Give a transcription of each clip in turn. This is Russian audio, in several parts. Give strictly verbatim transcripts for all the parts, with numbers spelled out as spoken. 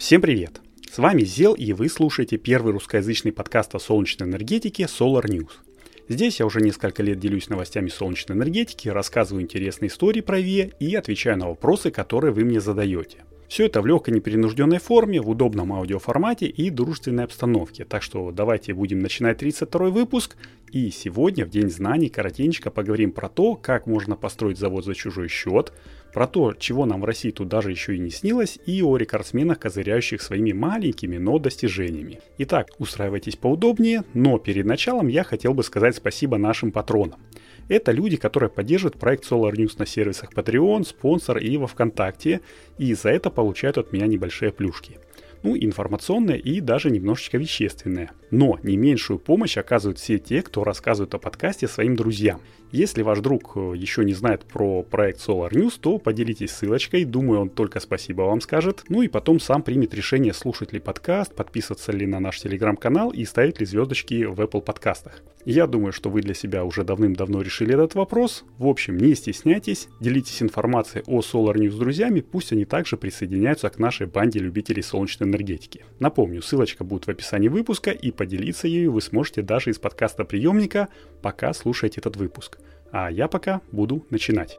Всем привет! С вами Зел, и вы слушаете первый русскоязычный подкаст о солнечной энергетике Solar News. Здесь я уже несколько лет делюсь новостями солнечной энергетики, рассказываю интересные истории про ВИА и отвечаю на вопросы, которые вы мне задаете. Все это в легкой непринужденной форме, в удобном аудиоформате и дружественной обстановке. Так что давайте будем начинать тридцать второй выпуск. И сегодня, в День знаний, коротенько поговорим про то, как можно построить завод за чужой счет, про то, чего нам в России тут даже еще и не снилось, и о рекордсменах, козыряющих своими маленькими, но достижениями. Итак, устраивайтесь поудобнее, но перед началом я хотел бы сказать спасибо нашим патронам. Это люди, которые поддерживают проект Solar News на сервисах Patreon, Sponsor и во ВКонтакте, и за это получают от меня небольшие плюшки. Ну, информационные и даже немножечко вещественные. Но не меньшую помощь оказывают все те, кто рассказывает о подкасте своим друзьям. Если ваш друг еще не знает про проект Solar News, то поделитесь ссылочкой, думаю, он только спасибо вам скажет. Ну и потом сам примет решение, слушать ли подкаст, подписываться ли на наш телеграм-канал и ставить ли звездочки в Apple подкастах. Я думаю, что вы для себя уже давным-давно решили этот вопрос. В общем, не стесняйтесь, делитесь информацией о Solar News с друзьями, пусть они также присоединяются к нашей банде любителей солнечной энергетики. Напомню, ссылочка будет в описании выпуска, и поделиться ею вы сможете даже из подкаста приемника, пока слушаете этот выпуск. А я пока буду начинать.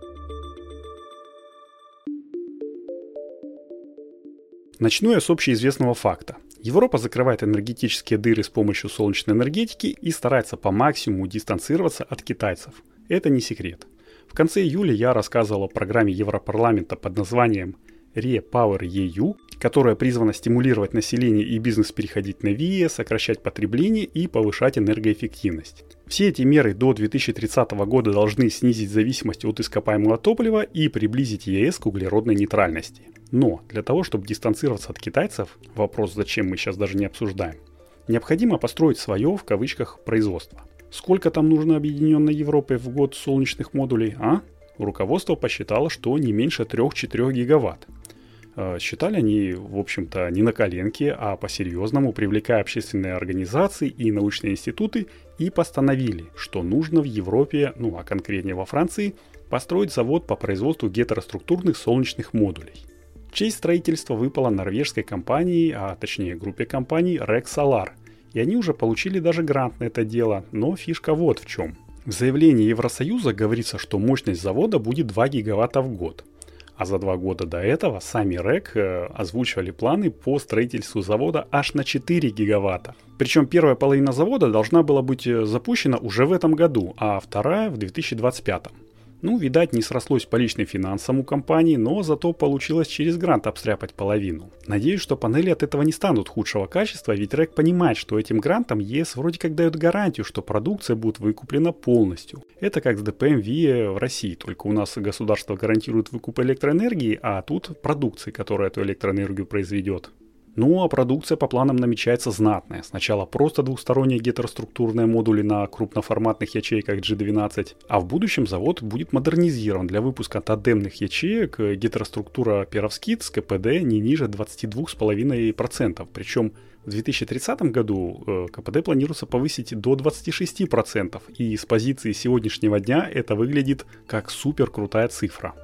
Начну я с общеизвестного факта. Европа закрывает энергетические дыры с помощью солнечной энергетики и старается по максимуму дистанцироваться от китайцев. Это не секрет. В конце июля я рассказывал о программе Европарламента под названием REPowerEU, которая призвана стимулировать население и бизнес переходить на ВИА, сокращать потребление и повышать энергоэффективность. Все эти меры до две тысячи тридцатого года должны снизить зависимость от ископаемого топлива и приблизить ЕС к углеродной нейтральности. Но для того, чтобы дистанцироваться от китайцев, вопрос, зачем мы сейчас даже не обсуждаем, необходимо построить свое, в кавычках, производство. Сколько там нужно объединенной Европе в год солнечных модулей, а? Руководство посчитало, что не меньше три-четыре гигаватт. Считали они, в общем-то, не на коленке, а по-серьезному, привлекая общественные организации и научные институты, и постановили, что нужно в Европе, ну а конкретнее во Франции, построить завод по производству гетероструктурных солнечных модулей. Честь строительства выпала норвежской компании, а точнее группе компаний Rex Solar, и они уже получили даже грант на это дело, но фишка вот в чем. В заявлении Евросоюза говорится, что мощность завода будет два гигаватта в год. А за два года до этого сами РЭК э, озвучивали планы по строительству завода аж на четыре гигаватта. Причем первая половина завода должна была быть запущена уже в этом году, а вторая в две тысячи двадцать пятом. Ну, видать, не срослось по личным финансам у компании, но зато получилось через грант обстряпать половину. Надеюсь, что панели от этого не станут худшего качества, ведь РЭК понимает, что этим грантом ЕС вроде как дает гарантию, что продукция будет выкуплена полностью. Это как с ДПМ ВИА в России, только у нас государство гарантирует выкуп электроэнергии, а тут продукции, которая эту электроэнергию произведет. Ну а продукция по планам намечается знатная. Сначала просто двухсторонние гетероструктурные модули на крупноформатных ячейках джи двенадцать, а в будущем завод будет модернизирован для выпуска тандемных ячеек гетероструктура перовскит с КПД не ниже двадцать два целых пять десятых процента. Причем в две тысячи тридцатом году КПД планируется повысить до двадцати шести процентов, и с позиции сегодняшнего дня это выглядит как супер крутая цифра.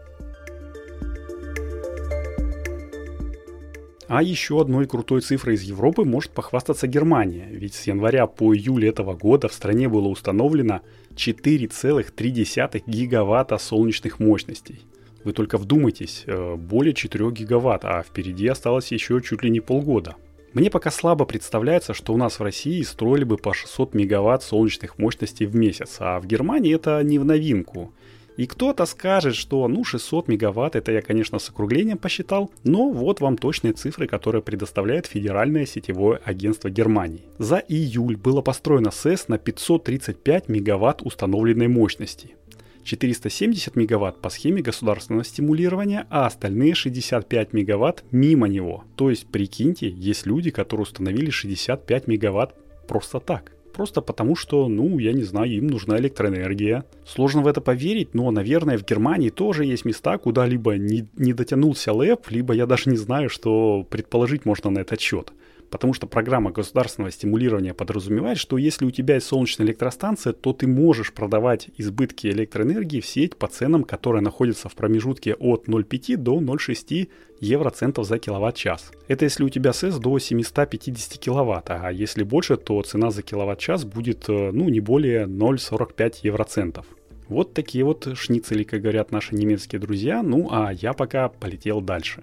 А еще одной крутой цифрой из Европы может похвастаться Германия, ведь с января по июль этого года в стране было установлено четыре целых три десятых гигаватта солнечных мощностей. Вы только вдумайтесь, более четыре гигаватт, а впереди осталось еще чуть ли не полгода. Мне пока слабо представляется, что у нас в России строили бы по шестьсот мегаватт солнечных мощностей в месяц, а в Германии это не в новинку. И кто-то скажет, что ну шестьсот мегаватт, это я, конечно, с округлением посчитал, но вот вам точные цифры, которые предоставляет Федеральное сетевое агентство Германии. За июль было построено СЭС на пятьсот тридцать пять мегаватт установленной мощности. четыреста семьдесят мегаватт по схеме государственного стимулирования, а остальные шестьдесят пять мегаватт мимо него. То есть, прикиньте, есть люди, которые установили шестьдесят пять мегаватт просто так. Просто потому, что, ну, я не знаю, им нужна электроэнергия. Сложно в это поверить, но, наверное, в Германии тоже есть места, куда либо не, не дотянулся ЛЭП, либо я даже не знаю, что предположить можно на этот счет. Потому что программа государственного стимулирования подразумевает, что если у тебя есть солнечная электростанция, то ты можешь продавать избытки электроэнергии в сеть по ценам, которые находятся в промежутке от ноль целых пять десятых до ноль целых шесть десятых евроцентов за киловатт-час. Это если у тебя СЭС до семьсот пятьдесят киловатт, а если больше, то цена за киловатт-час будет ну, не более ноль целых сорок пять евроцентов. Вот такие вот шницели, как говорят наши немецкие друзья. Ну а я пока полетел дальше.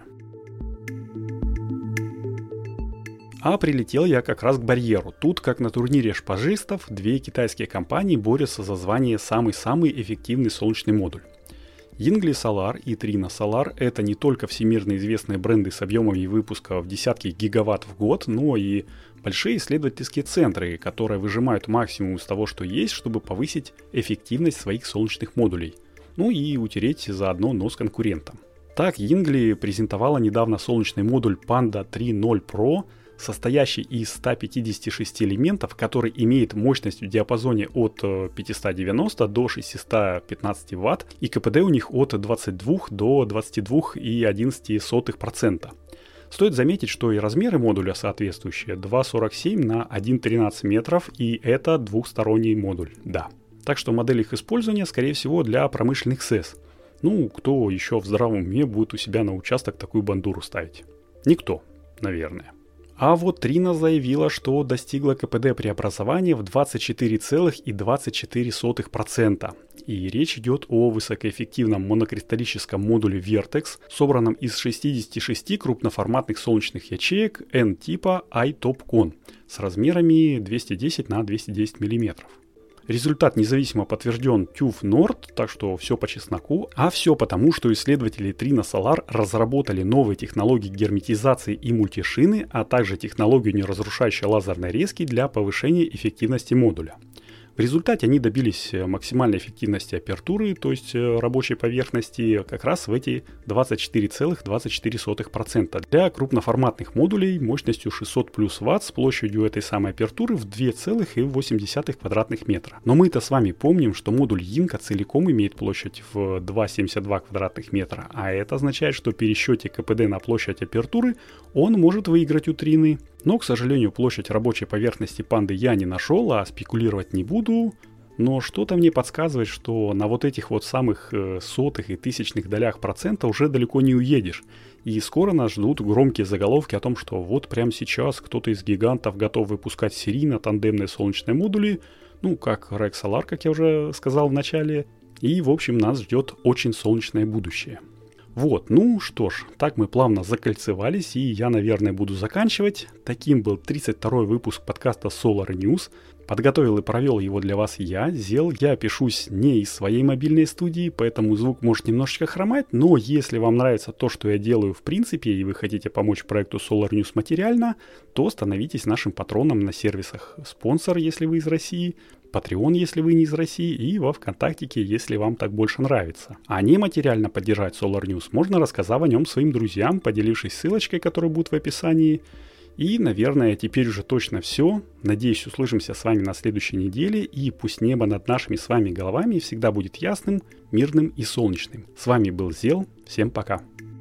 А прилетел я как раз к барьеру. Тут, как на турнире шпажистов, две китайские компании борются за звание самый-самый эффективный солнечный модуль. Yingli Solar и Trina Solar – это не только всемирно известные бренды с объемами выпуска в десятки гигаватт в год, но и большие исследовательские центры, которые выжимают максимум из того, что есть, чтобы повысить эффективность своих солнечных модулей. Ну и утереть заодно нос конкурентам. Так, Yingli презентовала недавно солнечный модуль Panda три ноль Pro, состоящий из ста пятидесяти шести элементов, который имеет мощность в диапазоне от пятьсот девяносто до шестисот пятнадцати ватт и КПД у них от двадцати двух до двадцати двух целых одиннадцати десятых процента. Стоит заметить, что и размеры модуля соответствующие: два сорок семь на один тринадцать метров, и это двухсторонний модуль, да. Так что модель их использования, скорее всего, для промышленных СЭС. Ну, кто еще в здравом уме будет у себя на участок такую бандуру ставить? Никто, наверное. А вот Trina заявила, что достигла КПД преобразования в двадцать четыре целых двадцать четыре сотых процента. И речь идет о высокоэффективном монокристаллическом модуле Vertex, собранном из шестидесяти шести крупноформатных солнечных ячеек N-типа iTopCon с размерами двести десять на двести десять миллиметров. Результат независимо подтвержден TÜV Nord, так что все по чесноку. А все потому, что исследователи Trina Solar разработали новые технологии герметизации и мультишины, а также технологию неразрушающей лазерной резки для повышения эффективности модуля. В результате они добились максимальной эффективности апертуры, то есть рабочей поверхности, как раз в эти двадцать четыре целых двадцать четыре сотых процента для крупноформатных модулей мощностью шестьсот плюс ватт с площадью этой самой апертуры в два целых восемь десятых квадратных метра. Но мы-то с вами помним, что модуль Yingli целиком имеет площадь в два целых семьдесят два квадратных метра, а это означает, что в пересчете КПД на площадь апертуры он может выиграть у Trina. Но, к сожалению, площадь рабочей поверхности панды я не нашел, а спекулировать не буду. Но что-то мне подсказывает, что на вот этих вот самых э, сотых и тысячных долях процента уже далеко не уедешь. И скоро нас ждут громкие заголовки о том, что вот прямо сейчас кто-то из гигантов готов выпускать серийно тандемные солнечные модули, ну, как Rex Solar, как я уже сказал в начале. И, в общем, нас ждет очень солнечное будущее. Вот, ну что ж, так мы плавно закольцевались, и я, наверное, буду заканчивать. Таким был тридцать второй выпуск подкаста Solar News. Подготовил и провел его для вас я, Зел. Я пишусь не из своей мобильной студии, поэтому звук может немножечко хромать, но если вам нравится то, что я делаю в принципе, и вы хотите помочь проекту Solar News материально, то становитесь нашим патроном на сервисах спонсор, если вы из России, Patreon, если вы не из России, и во ВКонтактике, если вам так больше нравится. А не материально поддержать Solar News можно, рассказав о нем своим друзьям, поделившись ссылочкой, которая будет в описании. И, наверное, теперь уже точно все. Надеюсь, услышимся с вами на следующей неделе, и пусть небо над нашими с вами головами всегда будет ясным, мирным и солнечным. С вами был Зел. Всем пока.